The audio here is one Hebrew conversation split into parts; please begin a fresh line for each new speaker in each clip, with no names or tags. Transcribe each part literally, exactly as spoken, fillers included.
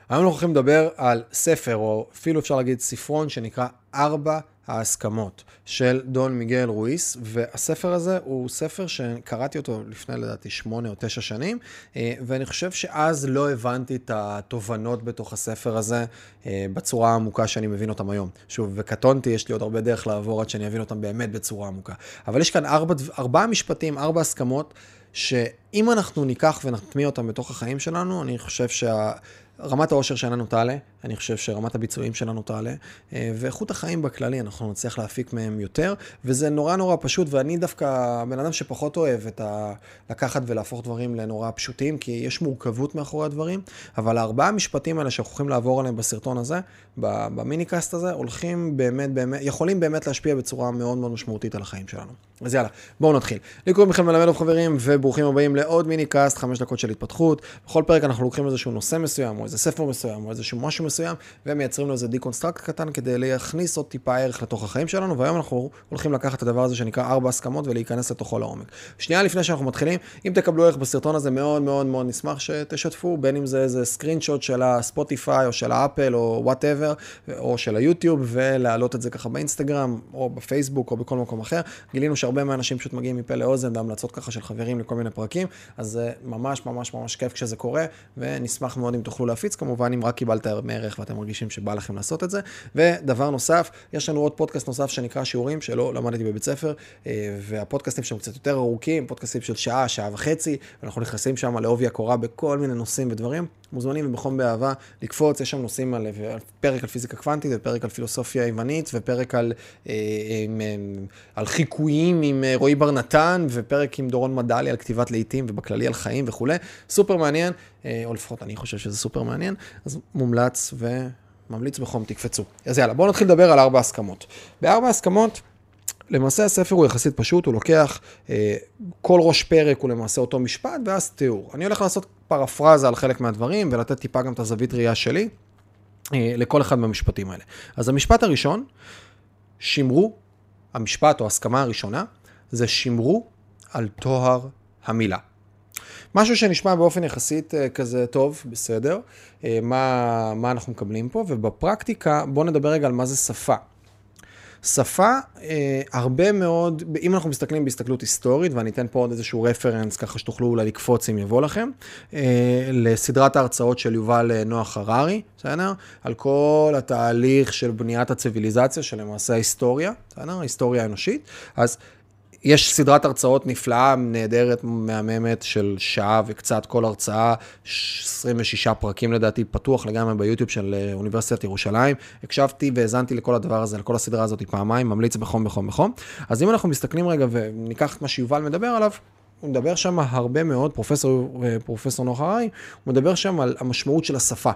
היום אנחנו הולכים לדבר על ספר, או אפילו אפשר להגיד ספרון, שנקרא ארבע ההסכמות של דון מיגל רויס, והספר הזה הוא ספר שקראתי אותו לפני לדעתי שמונה או תשע שנים, ואני חושב שאז לא הבנתי את התובנות בתוך הספר הזה בצורה העמוקה שאני מבין אותם היום. שוב, וקטונתי, יש לי עוד הרבה דרך לעבור עד שאני אבין אותם באמת בצורה עמוקה. אבל יש כאן ארבע, ארבע משפטים, ארבע הסכמות, שאם אנחנו ניקח ונטמיע אותם בתוך החיים שלנו, אני חושב שה... רמת האושר שלנו תעלה, אני חושב שרמת הביצועים שלנו תעלה, ואיכות החיים בכללי, אנחנו נצליח להפיק מהם יותר, וזה נורא נורא פשוט, ואני דווקא בן אדם שפחות אוהב את ה... לקחת ולהפוך דברים לנורא פשוטים, כי יש מורכבות מאחורי הדברים, אבל הארבעה המשפטים האלה שאנחנו יכולים לעבור עליהם בסרטון הזה, במיניקאסט הזה, הולכים באמת, באמת, יכולים באמת להשפיע בצורה מאוד מאוד משמעותית על החיים שלנו. אז יאללה, בואו נתחיל. לי קוראים מיכאל מלמדוב חברים, וברוכים הבאים לעוד מיניקאסט, חמש דקות של התפתחות. בכל פרק אנחנו לוקחים איזשהו נושא מסוים, או איזה ספר מסוים, או איזשהו משהו מסוים, ומייצרים לו איזה דיקונסטרקט קטן כדי להכניס עוד טיפה ערך לתוך החיים שלנו, והיום אנחנו הולכים לקחת את הדבר הזה שנקרא ארבע הסכמות ולהיכנס לתוכו לעומק. שנייה לפני שאנחנו מתחילים, אם תקבלו ערך בסרטון הזה, מאוד מאוד מאוד נשמח שתשתפו, בין אם זה איזה סקרינשוט של הספוטיפיי או של האפל או whatever, או של היוטיוב, ולהעלות את זה ככה באינסטגרם או בפייסבוק או בכל מקום אחר. גילינו שהרבה מהאנשים פשוט מגיעים מפה לאוזן, בהמלצות ככה של חברים לכל מיני פרקים, אז זה ממש ממש ממש כיף כשזה קורה, ונשמח מאוד אם תוכלו להפיץ, כמובן אם רק קיבלת מערך ואתם מרגישים שבא לכם לעשות את זה. ודבר נוסף, יש לנו עוד פודקאסט נוסף שנקרא שיעורים, שלא למדתי בבית ספר, והפודקאסטים שם קצת יותר ארוכים, פודקאסטים של שעה, שעה וחצי, ואנחנו נכנסים שם לעובי הקורה בכל מיני נושאים ודברים. מוזמנים ובחום באהבה לקפוץ, יש שם נושאים על פרק על פיזיקה קוונטית, ופרק על פילוסופיה יוונית, ופרק על, על חיקויים עם רועי בר נתן, ופרק עם דורון מדלי על כתיבת לעיתים, ובכללי על חיים וכו'. סופר מעניין, או לפחות אני חושב שזה סופר מעניין, אז מומלץ וממליץ בחום, תקפצו. אז יאללה, בואו נתחיל לדבר על ארבע הסכמות. בארבע הסכמות, למעשה הספר הוא יחסית פשוט, הוא לוקח אה, כל ראש פרק הוא למעשה אותו משפט, ואז תיאור. אני הולך לעשות פרפרזה על חלק מהדברים, ולתת טיפה גם את הזווית ראייה שלי, אה, לכל אחד מהמשפטים האלה. אז המשפט הראשון, שמרו, המשפט או הסכמה הראשונה, זה שמרו על תואר המילה. משהו שנשמע באופן יחסית אה, כזה טוב, בסדר, אה, מה, מה אנחנו מקבלים פה, ובפרקטיקה בואו נדבר רגע על מה זה שפה. שפה, אה, הרבה מאוד, אם אנחנו מסתכלים בהסתכלות היסטורית, ואני אתן פה עוד איזשהו רפרנס, ככה שתוכלו אולי לקפוץ אם יבוא לכם, אה, לסדרת ההרצאות של יובל נוח הררי, בסדר? על כל התהליך של בניית הציביליזציה, של למעשה ההיסטוריה, בסדר? ההיסטוריה האנושית. אז יש סדרת הרצאות נפלאה, נהדרת, מהממת של שעה וקצת, כל הרצאה, עשרים ושישה פרקים לדעתי, פתוח לגמרי ביוטיוב של אוניברסיטת ירושלים. הקשבתי והזנתי לכל הדבר הזה, לכל הסדרה הזאת פעמיים, ממליץ בחום, בחום, בחום. אז אם אנחנו מסתכלים רגע וניקח את מה שיובל מדבר עליו, הוא מדבר שם הרבה מאוד, פרופסור, פרופסור נוח הררי, הוא מדבר שם על המשמעות של השפה.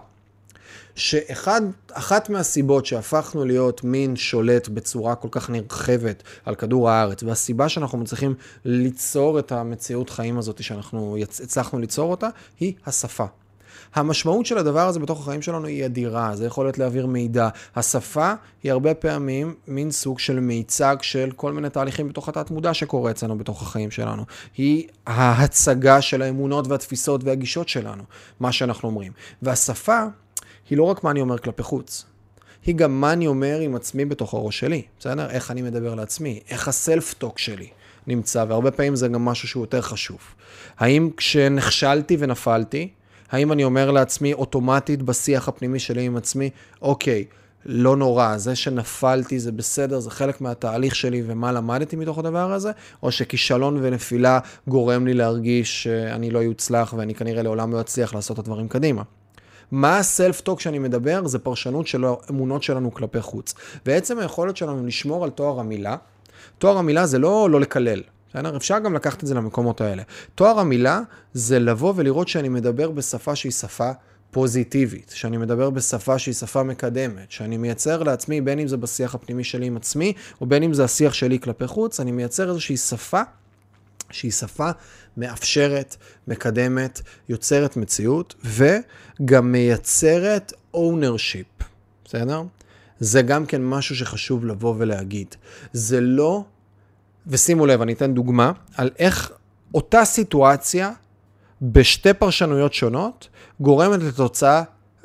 שאחת מהסיבות שהפכנו להיות מין שולט בצורה כל כך נרחבת על כדור הארץ, והסיבה שאנחנו מצליחים ליצור את המציאות חיים הזאת שאנחנו הצלחנו ליצור אותה, היא השפה. המשמעות של הדבר הזה בתוך החיים שלנו היא אדירה, זה יכול להיות להעביר מידע. השפה היא הרבה פעמים מין סוג של מיצג של כל מיני תהליכים בתוך התת מודע שקורה אצלנו בתוך החיים שלנו. היא ההצגה של האמונות והתפיסות והגישות שלנו, מה שאנחנו אומרים. והשפה היא לא רק מה אני אומר כלפי חוץ, היא גם מה אני אומר עם עצמי בתוך הראש שלי, בסדר? איך אני מדבר לעצמי, איך הסלף-טוק שלי נמצא, והרבה פעמים זה גם משהו שהוא יותר חשוב. האם כשנכשלתי ונפלתי, האם אני אומר לעצמי אוטומטית בשיח הפנימי שלי עם עצמי, אוקיי, לא נורא, זה שנפלתי זה בסדר, זה חלק מהתהליך שלי ומה למדתי מתוך הדבר הזה, או שכישלון ונפילה גורם לי להרגיש שאני לא יוצלח ואני כנראה לעולם לא אצליח לעשות את הדברים קדימה. מה הסלף-טוק שאני מדבר? זה פרשנות של האמונות שלנו כלפי חוץ. בעצם היכולת שלנו לשמור על תואר המילה, תואר המילה זה לא לא לקלל, אפשר גם לקחת את זה למקומות האלה. תואר המילה זה לבוא ולראות שאני מדבר בשפה שהיא שפה פוזיטיבית, שאני מדבר בשפה שהיא שפה מקדמת, שאני מייצר לעצמי, בין אם זה בשיח הפנימי שלי עם עצמי, או בין אם זה השיח שלי כלפי חוץ, אני מייצר איזושהי שפה, שהיא שפה מאפשרת, מקדמת, יוצרת מציאות, וגם מייצרת ownership, בסדר? זה גם כן משהו שחשוב לבוא ולהגיד. זה לא, ושימו לב, אני אתן דוגמה, על איך אותה סיטואציה, בשתי פרשנויות שונות, גורמת לתוצאה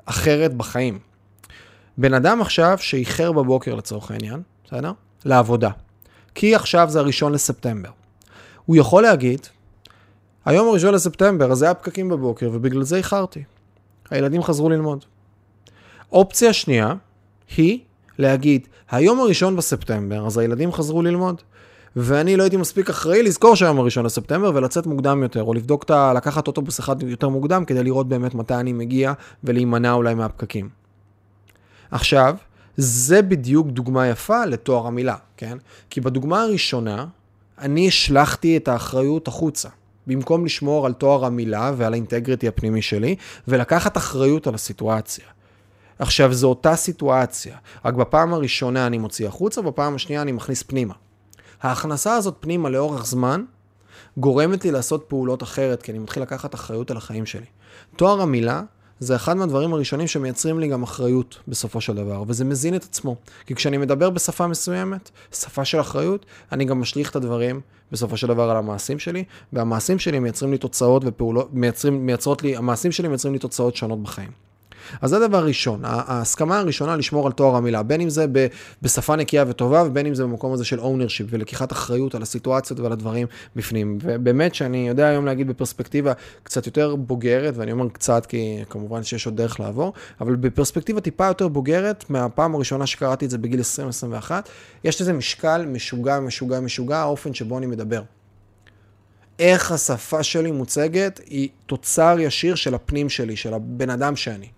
אחרת בחיים. בן אדם עכשיו שאיחר בבוקר לצורך העניין, בסדר? לעבודה. כי עכשיו זה הראשון לספטמבר. הוא יכול להגיד, היום הראשון לספטמבר, אז זה היה פקקים בבוקר, ובגלל זה איחרתי. הילדים חזרו ללמוד. אופציה שנייה היא להגיד, היום הראשון בספטמבר, אז הילדים חזרו ללמוד, ואני לא הייתי מספיק אחראי לזכור שהיום הראשון לספטמבר, ולצאת מוקדם יותר, או לבדוק את ה... לקחת אוטובוס אחד יותר מוקדם, כדי לראות באמת מתי אני מגיע, ולהימנע אולי מהפקקים. עכשיו, זה בדיוק דוגמה יפה לתואר המילה, כן? כי בדוגמה הראשונה, אני השלחתי את האחריות החוצה, במקום לשמור על תואר המילה ועל האינטגריטי הפנימי שלי, ולקחת אחריות על הסיטואציה. עכשיו, זו אותה סיטואציה, רק בפעם הראשונה אני מוציא החוצה, בפעם השנייה אני מכניס פנימה. ההכנסה הזאת פנימה לאורך זמן, גורמת לי לעשות פעולות אחרת, כי אני מתחיל לקחת אחריות על החיים שלי. תואר המילה, זה אחד מהדברים הראשונים שמייצרים לי גם אחריות בסופו של דבר, וזה מזין את עצמו. כי כשאני מדבר בשפה מסוימת, שפה של אחריות, אני גם משליך את הדברים בסופו של דבר על המעשים שלי, והמעשים שלי מייצרים לי תוצאות ופעולות, מייצרים, מייצרות לי, המעשים שלי מייצרים לי תוצאות שונות בחיים. אז זה דבר ראשון, ההסכמה הראשונה לשמור על תואר המילה, בין אם זה בשפה נקייה וטובה, ובין אם זה במקום הזה של ownership, ולקיחת אחריות על הסיטואציות ועל הדברים בפנים. ובאמת שאני יודע היום להגיד בפרספקטיבה קצת יותר בוגרת, ואני אומר קצת כי כמובן שיש עוד דרך לעבור, אבל בפרספקטיבה טיפה יותר בוגרת, מהפעם הראשונה שקראתי את זה בגיל עשרים עשרים ואחת, יש לזה משקל משוגע, משוגע, משוגע, האופן שבו אני מדבר. איך השפה שלי מוצגת היא תוצר ישיר של הפנים שלי, של הבן אדם שאני.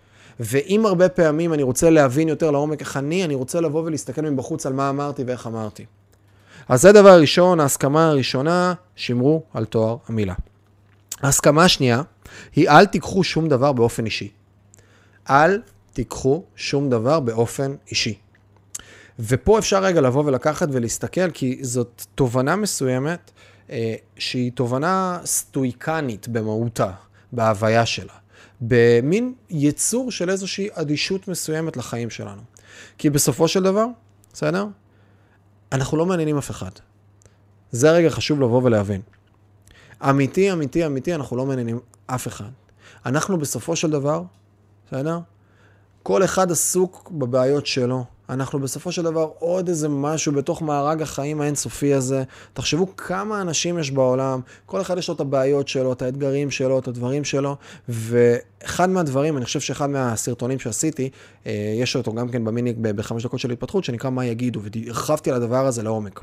ואם הרבה פעמים אני רוצה להבין יותר לעומק איך אני, אני רוצה לבוא ולהסתכל מבחוץ על מה אמרתי ואיך אמרתי. אז זה דבר ראשון, ההסכמה הראשונה, שמרו על תואר המילה. ההסכמה השנייה היא אל תיקחו שום דבר באופן אישי. אל תיקחו שום דבר באופן אישי. ופה אפשר רגע לבוא ולקחת ולהסתכל, כי זאת תובנה מסוימת, אה, שהיא תובנה סטואיקנית במהותה, בהוויה שלה. במין יצור של איזושהי אדישות מסוימת לחיים שלנו. כי בסופו של דבר, בסדר? אנחנו לא מעניינים אף אחד. זה רגע חשוב לבוא ולהבין. אמיתי, אמיתי, אמיתי, אנחנו לא מעניינים אף אחד. אנחנו בסופו של דבר, בסדר? כל אחד עסוק בבעיות שלו. אנחנו בסופו של דבר עוד איזה משהו בתוך מארג החיים האינסופי הזה. תחשבו כמה אנשים יש בעולם, כל אחד יש לו את הבעיות שלו, את האתגרים שלו, את הדברים שלו, ואחד מהדברים, אני חושב שאחד מהסרטונים שעשיתי, יש אותו גם כן במיני בחמש דקות של התפתחות, שנקרא מה יגידו, והרחבתי על הדבר הזה לעומק.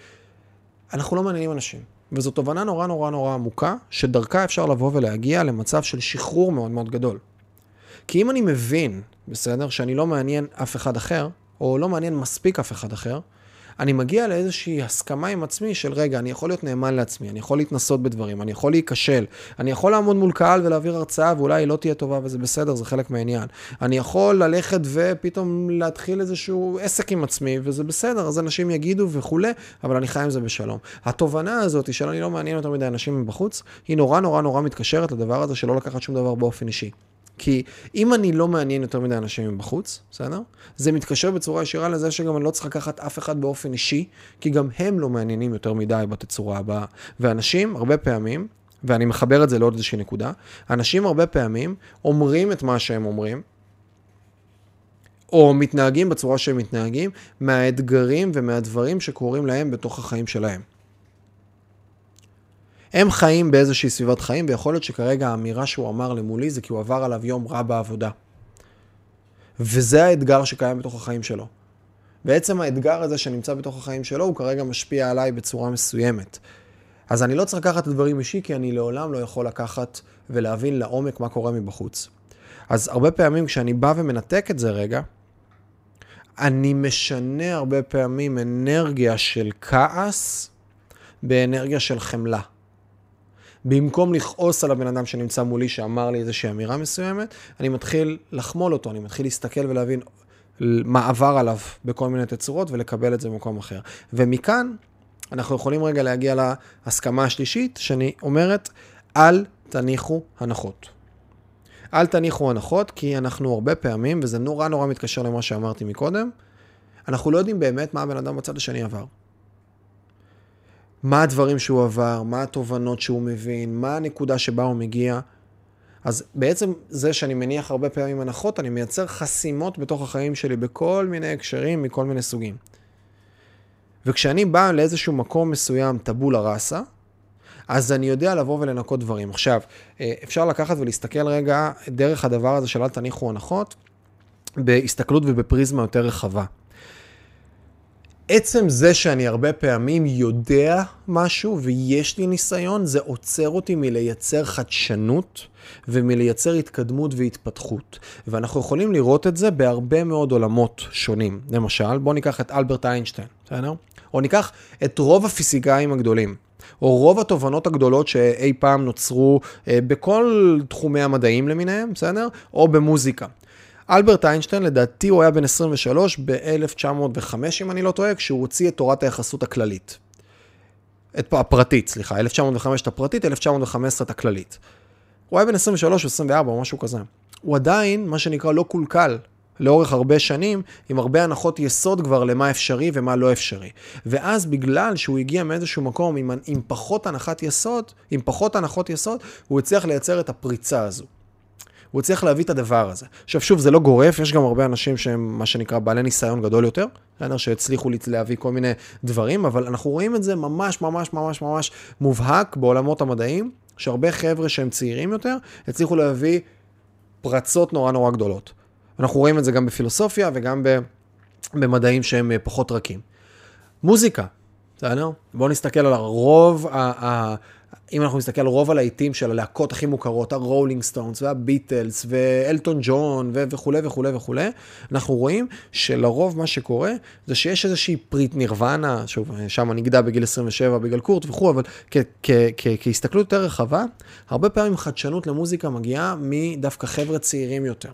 אנחנו לא מעניינים אנשים, וזו תובנה נורא נורא נורא עמוקה, שדרכה אפשר לבוא ולהגיע למצב של שחרור מאוד מאוד גדול. כי אם אני מבין, בסדר, שאני לא מעניין אף אחד אחר, או לא מעניין מספיק אף אחד אחר, אני מגיע לאיזושהי הסכמה עם עצמי של רגע, אני יכול להיות נאמן לעצמי, אני יכול להתנסות בדברים, אני יכול להיכשל, אני יכול לעמוד מול קהל ולהעביר הרצאה, ואולי היא לא תהיה טובה וזה בסדר, זה חלק מהעניין. אני יכול ללכת ופתאום להתחיל איזשהו עסק עם עצמי, וזה בסדר, אז אנשים יגידו וכו', אבל אני חי עם זה בשלום. התובנה הזאת של אני לא מעניין יותר מדי אנשים מבחוץ, היא נורא נורא נורא מתקשרת לדבר הזה שלא לקחת שום דבר באופן אישי. כי אם אני לא מעניין יותר מדי אנשים מבחוץ, בסדר? זה מתקשר בצורה ישירה לזה שגם אני לא צריך לקחת אף אחד באופן אישי, כי גם הם לא מעניינים יותר מדי בתצורה הבאה. ואנשים הרבה פעמים, ואני מחבר את זה לעוד איזושהי נקודה, אנשים הרבה פעמים אומרים את מה שהם אומרים, או מתנהגים בצורה שהם מתנהגים, מהאתגרים ומהדברים שקורים להם בתוך החיים שלהם. הם חיים באיזושהי סביבת חיים, ויכול להיות שכרגע האמירה שהוא אמר למולי זה כי הוא עבר עליו יום רע בעבודה. וזה האתגר שקיים בתוך החיים שלו. בעצם האתגר הזה שנמצא בתוך החיים שלו, הוא כרגע משפיע עליי בצורה מסוימת. אז אני לא צריך לקחת את הדברים אישי, כי אני לעולם לא יכול לקחת ולהבין לעומק מה קורה מבחוץ. אז הרבה פעמים כשאני בא ומנתק את זה רגע, אני משנה הרבה פעמים אנרגיה של כעס באנרגיה של חמלה. במקום לכעוס על הבן אדם שנמצא מולי שאמר לי איזושהי אמירה מסוימת, אני מתחיל לחמול אותו, אני מתחיל להסתכל ולהבין מה עבר עליו בכל מיני תצורות ולקבל את זה במקום אחר. ומכאן אנחנו יכולים רגע להגיע להסכמה השלישית, שאני אומרת, אל תניחו הנחות. אל תניחו הנחות, כי אנחנו הרבה פעמים, וזה נורא נורא מתקשר למה שאמרתי מקודם, אנחנו לא יודעים באמת מה הבן אדם בצד השני עבר. מה הדברים שהוא עבר, מה התובנות שהוא מבין, מה הנקודה שבה הוא מגיע. אז בעצם זה שאני מניח הרבה פעמים הנחות, אני מייצר חסימות בתוך החיים שלי בכל מיני הקשרים, מכל מיני סוגים. וכשאני בא לאיזשהו מקום מסוים, טבולה ראסה, אז אני יודע לבוא ולנקות דברים. עכשיו, אפשר לקחת ולהסתכל רגע דרך הדבר הזה של אל תניחו הנחות, בהסתכלות ובפריזמה יותר רחבה. עצם זה שאני הרבה פעמים יודע משהו ויש לי ניסיון, זה עוצר אותי מלייצר חדשנות ומלייצר התקדמות והתפתחות. ואנחנו יכולים לראות את זה בהרבה מאוד עולמות שונים. למשל, בואו ניקח את אלברט איינשטיין, בסדר? או ניקח את רוב הפיזיקאים הגדולים, או רוב התובנות הגדולות שאי פעם נוצרו בכל תחומי המדעים למיניהם, בסדר? או במוזיקה. אלברט איינשטיין, לדעתי הוא היה בן עשרים ושלוש ב-אלף תשע מאות וחמש, אם אני לא טועה, כשהוא הוציא את תורת היחסות הכללית. את הפרטית, סליחה, אלף תשע מאות וחמש את הפרטית, אלף תשע מאות וחמש עשרה את הכללית. הוא היה בן עשרים ושלוש או עשרים וארבע או משהו כזה. הוא עדיין, מה שנקרא, לא קולקל, לאורך הרבה שנים, עם הרבה הנחות יסוד כבר למה אפשרי ומה לא אפשרי. ואז בגלל שהוא הגיע מאיזשהו מקום עם, עם פחות הנחת יסוד, עם פחות הנחות יסוד, הוא הצליח לייצר את הפריצה הזו. הוא צריך להביא את הדבר הזה. עכשיו שוב, זה לא גורף, יש גם הרבה אנשים שהם מה שנקרא בעלי ניסיון גדול יותר, שהצליחו להביא כל מיני דברים, אבל אנחנו רואים את זה ממש ממש ממש ממש מובהק בעולמות המדעים, שהרבה חבר'ה שהם צעירים יותר, הצליחו להביא פרצות נורא נורא גדולות. אנחנו רואים את זה גם בפילוסופיה וגם במדעים שהם פחות רכים. מוזיקה, בסדר? בואו נסתכל על הרוב, אם אנחנו נסתכל על רוב הלהיטים של הלהקות הכי מוכרות, הרולינג סטונס והביטלס ואלטון ג'ון וכו' וכו' וכו', אנחנו רואים שלרוב מה שקורה זה שיש איזושהי פריט נירוונה, שוב, שם נגדע בגיל עשרים ושבע בגלל קורט וכו', אבל כהסתכלות יותר רחבה, הרבה פעמים חדשנות למוזיקה מגיעה מדווקא חבר'ה צעירים יותר.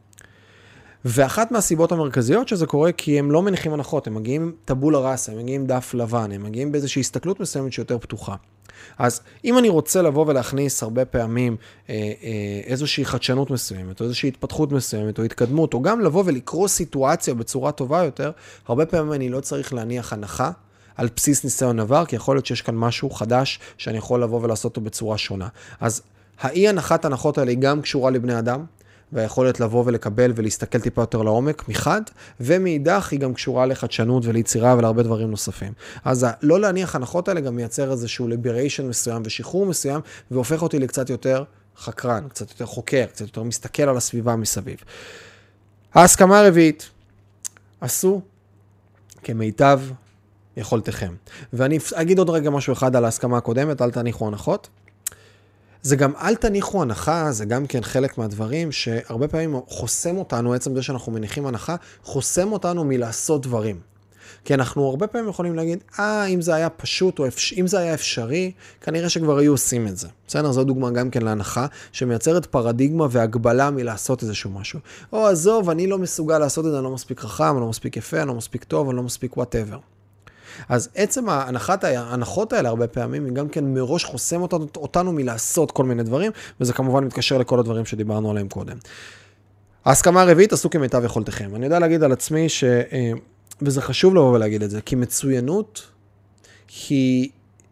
ואחת מהסיבות המרכזיות שזה קורה כי הם לא מניחים הנחות, הם מגיעים טבולה ראסה, הם מגיעים דף לבן, הם מגיעים באיזושהי הסתכלות מסוימת שיותר פתוחה. אז אם אני רוצה לבוא ולהכניס הרבה פעמים אה, אה, איזושהי חדשנות מסוימת, או איזושהי התפתחות מסוימת, או התקדמות, או גם לבוא ולקרוא סיטואציה בצורה טובה יותר, הרבה פעמים אני לא צריך להניח הנחה על בסיס ניסיון עבר, כי יכול להיות שיש כאן משהו חדש שאני יכול לבוא ולעשות אותו בצורה שונה. אז האי הנחת הנחות האלה היא גם קשורה לבני אדם, והיכולת לבוא ולקבל ולהסתכל טיפה יותר לעומק מחד, ומאידך היא גם קשורה לחדשנות וליצירה ולהרבה דברים נוספים. אז לא להניח הנחות האלה גם מייצר איזשהו ליבריישן מסוים ושחרור מסוים, והופך אותי לקצת יותר חקרן, קצת יותר חוקר, קצת יותר מסתכל על הסביבה מסביב. ההסכמה הרביעית, עשו כמיטב יכולתכם. ואני אגיד עוד רגע משהו אחד על ההסכמה הקודמת, אל תניחו הנחות. זה גם אל תניחו הנחה, זה גם כן חלק מהדברים שהרבה פעמים חוסם אותנו, עצם זה שאנחנו מניחים הנחה, חוסם אותנו מלעשות דברים. כי אנחנו הרבה פעמים יכולים להגיד, אה, אם זה היה פשוט או אפש... אם זה היה אפשרי, כנראה שכבר היו עושים את זה. בסדר, זו דוגמה גם כן להנחה, שמייצרת פרדיגמה והגבלה מלעשות איזשהו משהו. או עזוב, אני לא מסוגל לעשות את זה, אני לא מספיק חכם, אני לא מספיק יפה, אני לא מספיק טוב, אני לא מספיק whatever. אז עצם ההנחת, ההנחות האלה הרבה פעמים, היא גם כן מראש חוסם אותנו, אותנו מלעשות כל מיני דברים, וזה כמובן מתקשר לכל הדברים שדיברנו עליהם קודם. ההסכמה הרביעית, עשו כמיטב יכולתכם. אני יודע להגיד על עצמי ש... וזה חשוב לבוא ולהגיד את זה, כי מצוינות היא...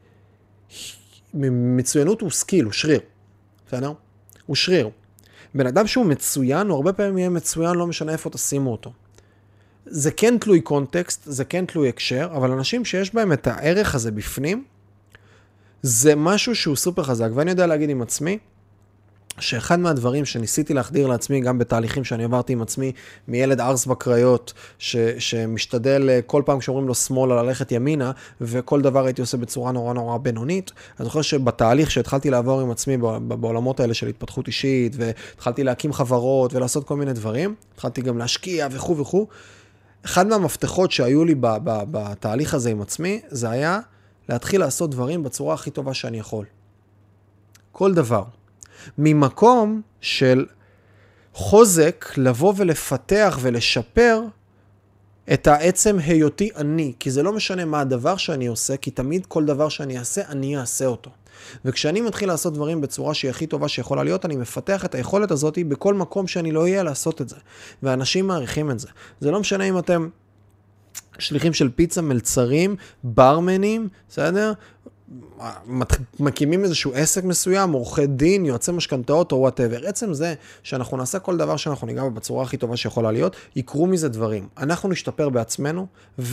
מצוינות הוא סקיל, הוא שריר. בסדר? הוא שריר. בן אדם שהוא מצוין, הוא הרבה פעמים יהיה מצוין, לא משנה איפה תשימו אותו. זה כן תלוי קונטקסט, זה כן תלוי הקשר, אבל אנשים שיש בהם את הערך הזה בפנים, זה משהו שהוא סופר חזק. ואני יודע להגיד עם עצמי, שאחד מהדברים שניסיתי להחדיר לעצמי, גם בתהליכים שאני עברתי עם עצמי, מילד ארס בקריות, ש, שמשתדל כל פעם כשאומרים לו שמאלה ללכת ימינה, וכל דבר הייתי עושה בצורה נורא נורא בינונית. אני זוכר שבתהליך שהתחלתי לעבור עם עצמי בעולמות האלה של התפתחות אישית, והתחלתי להקים חברות ולעשות כל מיני דברים, התחלתי גם להשקיע וכו' וכו'. אחד מהמפתחות שהיו לי בתהליך הזה עם עצמי, זה היה להתחיל לעשות דברים בצורה הכי טובה שאני יכול. כל דבר. ממקום של חוזק לבוא ולפתח ולשפר את העצם היותי אני, כי זה לא משנה מה הדבר שאני עושה, כי תמיד כל דבר שאני אעשה, אני אעשה אותו. וכשאני מתחיל לעשות דברים בצורה שהיא הכי טובה שיכולה להיות, אני מפתח את היכולת הזאת בכל מקום שאני לא אהיה לעשות את זה. ואנשים מעריכים את זה. זה לא משנה אם אתם שליחים של פיצה, מלצרים, ברמנים, בסדר? מקימים איזשהו עסק מסוים, עורכי דין, יועצי משכנתאות או whatever. עצם זה שאנחנו נעשה כל דבר שאנחנו ניגע בצורה הכי טובה שיכולה להיות, יקרו מזה דברים. אנחנו נשתפר בעצמנו,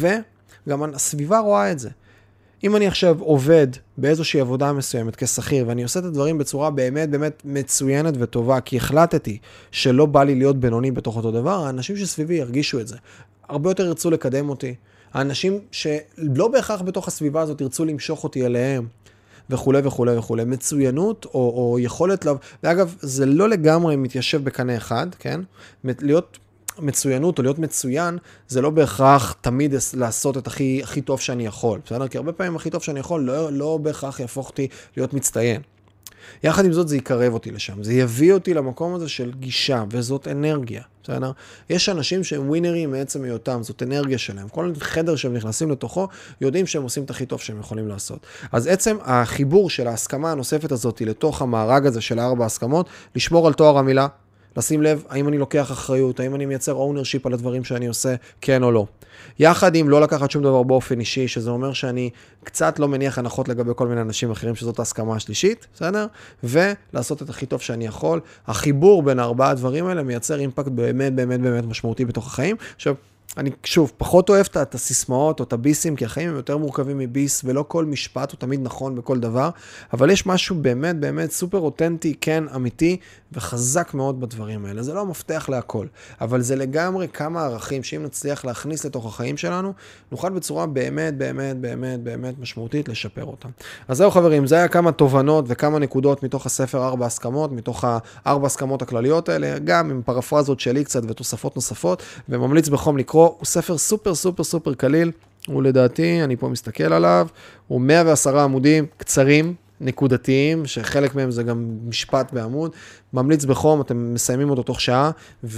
וגם הסביבה רואה את זה. אם אני עכשיו עובד באיזושהי עבודה מסוימת כשכיר, ואני עושה את הדברים בצורה באמת באמת מצוינת וטובה, כי החלטתי שלא בא לי להיות בינוני בתוך אותו דבר, האנשים שסביבי ירגישו את זה. הרבה יותר ירצו לקדם אותי. האנשים שלא בהכרח בתוך הסביבה הזאת ירצו למשוך אותי אליהם, וכו' וכו' וכו'. מצוינות או, או יכולת, לה... ואגב, זה לא לגמרי מתיישב בקנה אחד, כן? להיות מצוינות או להיות מצוין, זה לא בהכרח תמיד לעשות את הכי, הכי טוב שאני יכול. בסדר? כי הרבה פעמים הכי טוב שאני יכול לא, לא בהכרח יהפוך אותי להיות מצטיין. יחד עם זאת זה יקרב אותי לשם, זה יביא אותי למקום הזה של גישה, וזאת אנרגיה, בסדר? יש אנשים שהם ווינרים מעצם היותם, זאת אנרגיה שלהם, כל חדר שהם נכנסים לתוכו, יודעים שהם עושים את הכי טוב שהם יכולים לעשות. אז עצם החיבור של ההסכמה הנוספת הזאת לתוך המארג הזה של הארבע הסכמות, לשמור על תואר המילה, לשים לב האם אני לוקח אחריות, האם אני מייצר ownership על הדברים שאני עושה, כן או לא. יחד עם לא לקחת שום דבר באופן אישי, שזה אומר שאני קצת לא מניח הנחות לגבי כל מיני אנשים אחרים, שזאת ההסכמה השלישית, בסדר? ולעשות את הכי טוב שאני יכול. החיבור בין ארבעה הדברים האלה מייצר אימפקט באמת באמת באמת משמעותי בתוך החיים. עכשיו, אני שוב, פחות אוהב את הסיסמאות או את הביסים, כי החיים הם יותר מורכבים מביס, ולא כל משפט הוא תמיד נכון בכל דבר, אבל יש משהו באמת באמת סופר אותנטי, כן, אמיתי, וחזק מאוד בדברים האלה. זה לא מפתח להכל, אבל זה לגמרי כמה ערכים, שאם נצליח להכניס לתוך החיים שלנו, נוכל בצורה באמת באמת באמת באמת משמעותית לשפר אותם. אז זהו חברים, זה היה כמה תובנות וכמה נקודות מתוך הספר ארבע הסכמות, מתוך הארבע הסכמות הכלליות האלה, גם עם פרפרזות שלי קצת ותוספות נוספות, וממליץ בחום לקרוא. הוא ספר סופר סופר סופר קליל, הוא לדעתי, אני פה מסתכל עליו, הוא מאה ועשרה עמודים קצרים, נקודתיים, שחלק מהם זה גם משפט בעמוד, ממליץ בחום, אתם מסיימים אותו תוך שעה,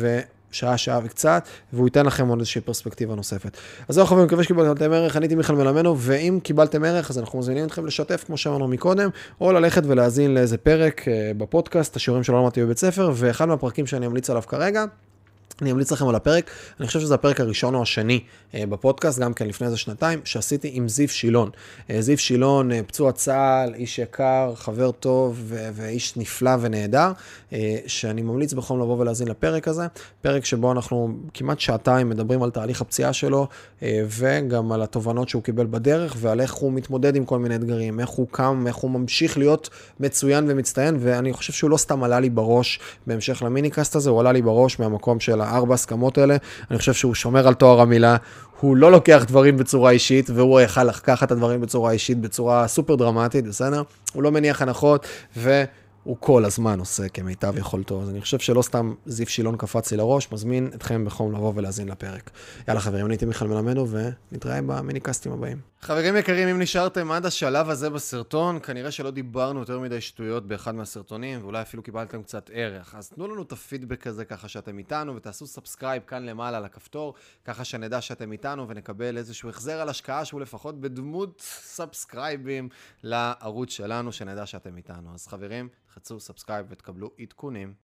ושעה, שעה וקצת, והוא ייתן לכם עוד איזושהי פרספקטיבה נוספת. אז זהו חברים, מקווה שקיבלתם ערך, אני הייתי מיכל מלמנו, ואם קיבלתם ערך, אז אנחנו מזמינים אתכם לשתף, כמו שאמרנו מקודם, או ללכת ולהזין לאיזה פרק בפודקאסט, השיעורים שלא למדתי בבית ספר, ואחד מהפרקים שאני אמליץ עליו כרגע, אני אמליץ לכם על הפרק, אני חושב שזה הפרק הראשון או השני בפודקאסט, גם כן לפני איזה שנתיים, שעשיתי עם זיו שילון. זיו שילון, פצוע צה"ל, איש יקר, חבר טוב ו- ואיש נפלא ונהדר, שאני ממליץ בחום לבוא ולהזין לפרק הזה, פרק שבו אנחנו כמעט שעתיים מדברים על תהליך הפציעה שלו, וגם על התובנות שהוא קיבל בדרך, ועל איך הוא מתמודד עם כל מיני אתגרים, איך הוא קם, איך הוא ממשיך להיות מצוין ומצטיין, ואני חושב שהוא לא סתם עלה לי בראש בהמשך למיניקאסט הזה, הוא עלה לי בראש מהמקום של הארבע הסכמות האלה, אני חושב שהוא שומר על תואר המילה, הוא לא לוקח דברים בצורה אישית, והוא יכל לקחת את הדברים בצורה אישית, בצורה סופר דרמטית, בסדר? הוא לא מניח הנחות, והוא כל הזמן עושה כמיטב יכולתו, אז אני חושב שלא סתם זיו שילון קפץ לי לראש, מזמין אתכם בחום לבוא ולהזין לפרק. יאללה חברים, אני הייתי מיכל מלמנו, ונתראה במיניקאסטים הבאים. חברים יקרים, אם נשארתם עד השלב הזה בסרטון, כנראה שלא דיברנו יותר מדי שטויות באחד מהסרטונים, ואולי אפילו קיבלתם קצת ערך. אז תנו לנו את הפידבק הזה ככה שאתם איתנו, ותעשו סאבסקרייב כאן למעלה על הכפתור, ככה שנדע שאתם איתנו ונקבל איזשהו החזר על השקעה שהוא לפחות בדמות סאבסקרייבים לערוץ שלנו, שנדע שאתם איתנו. אז חברים, תחצו סאבסקרייב ותקבלו עדכונים.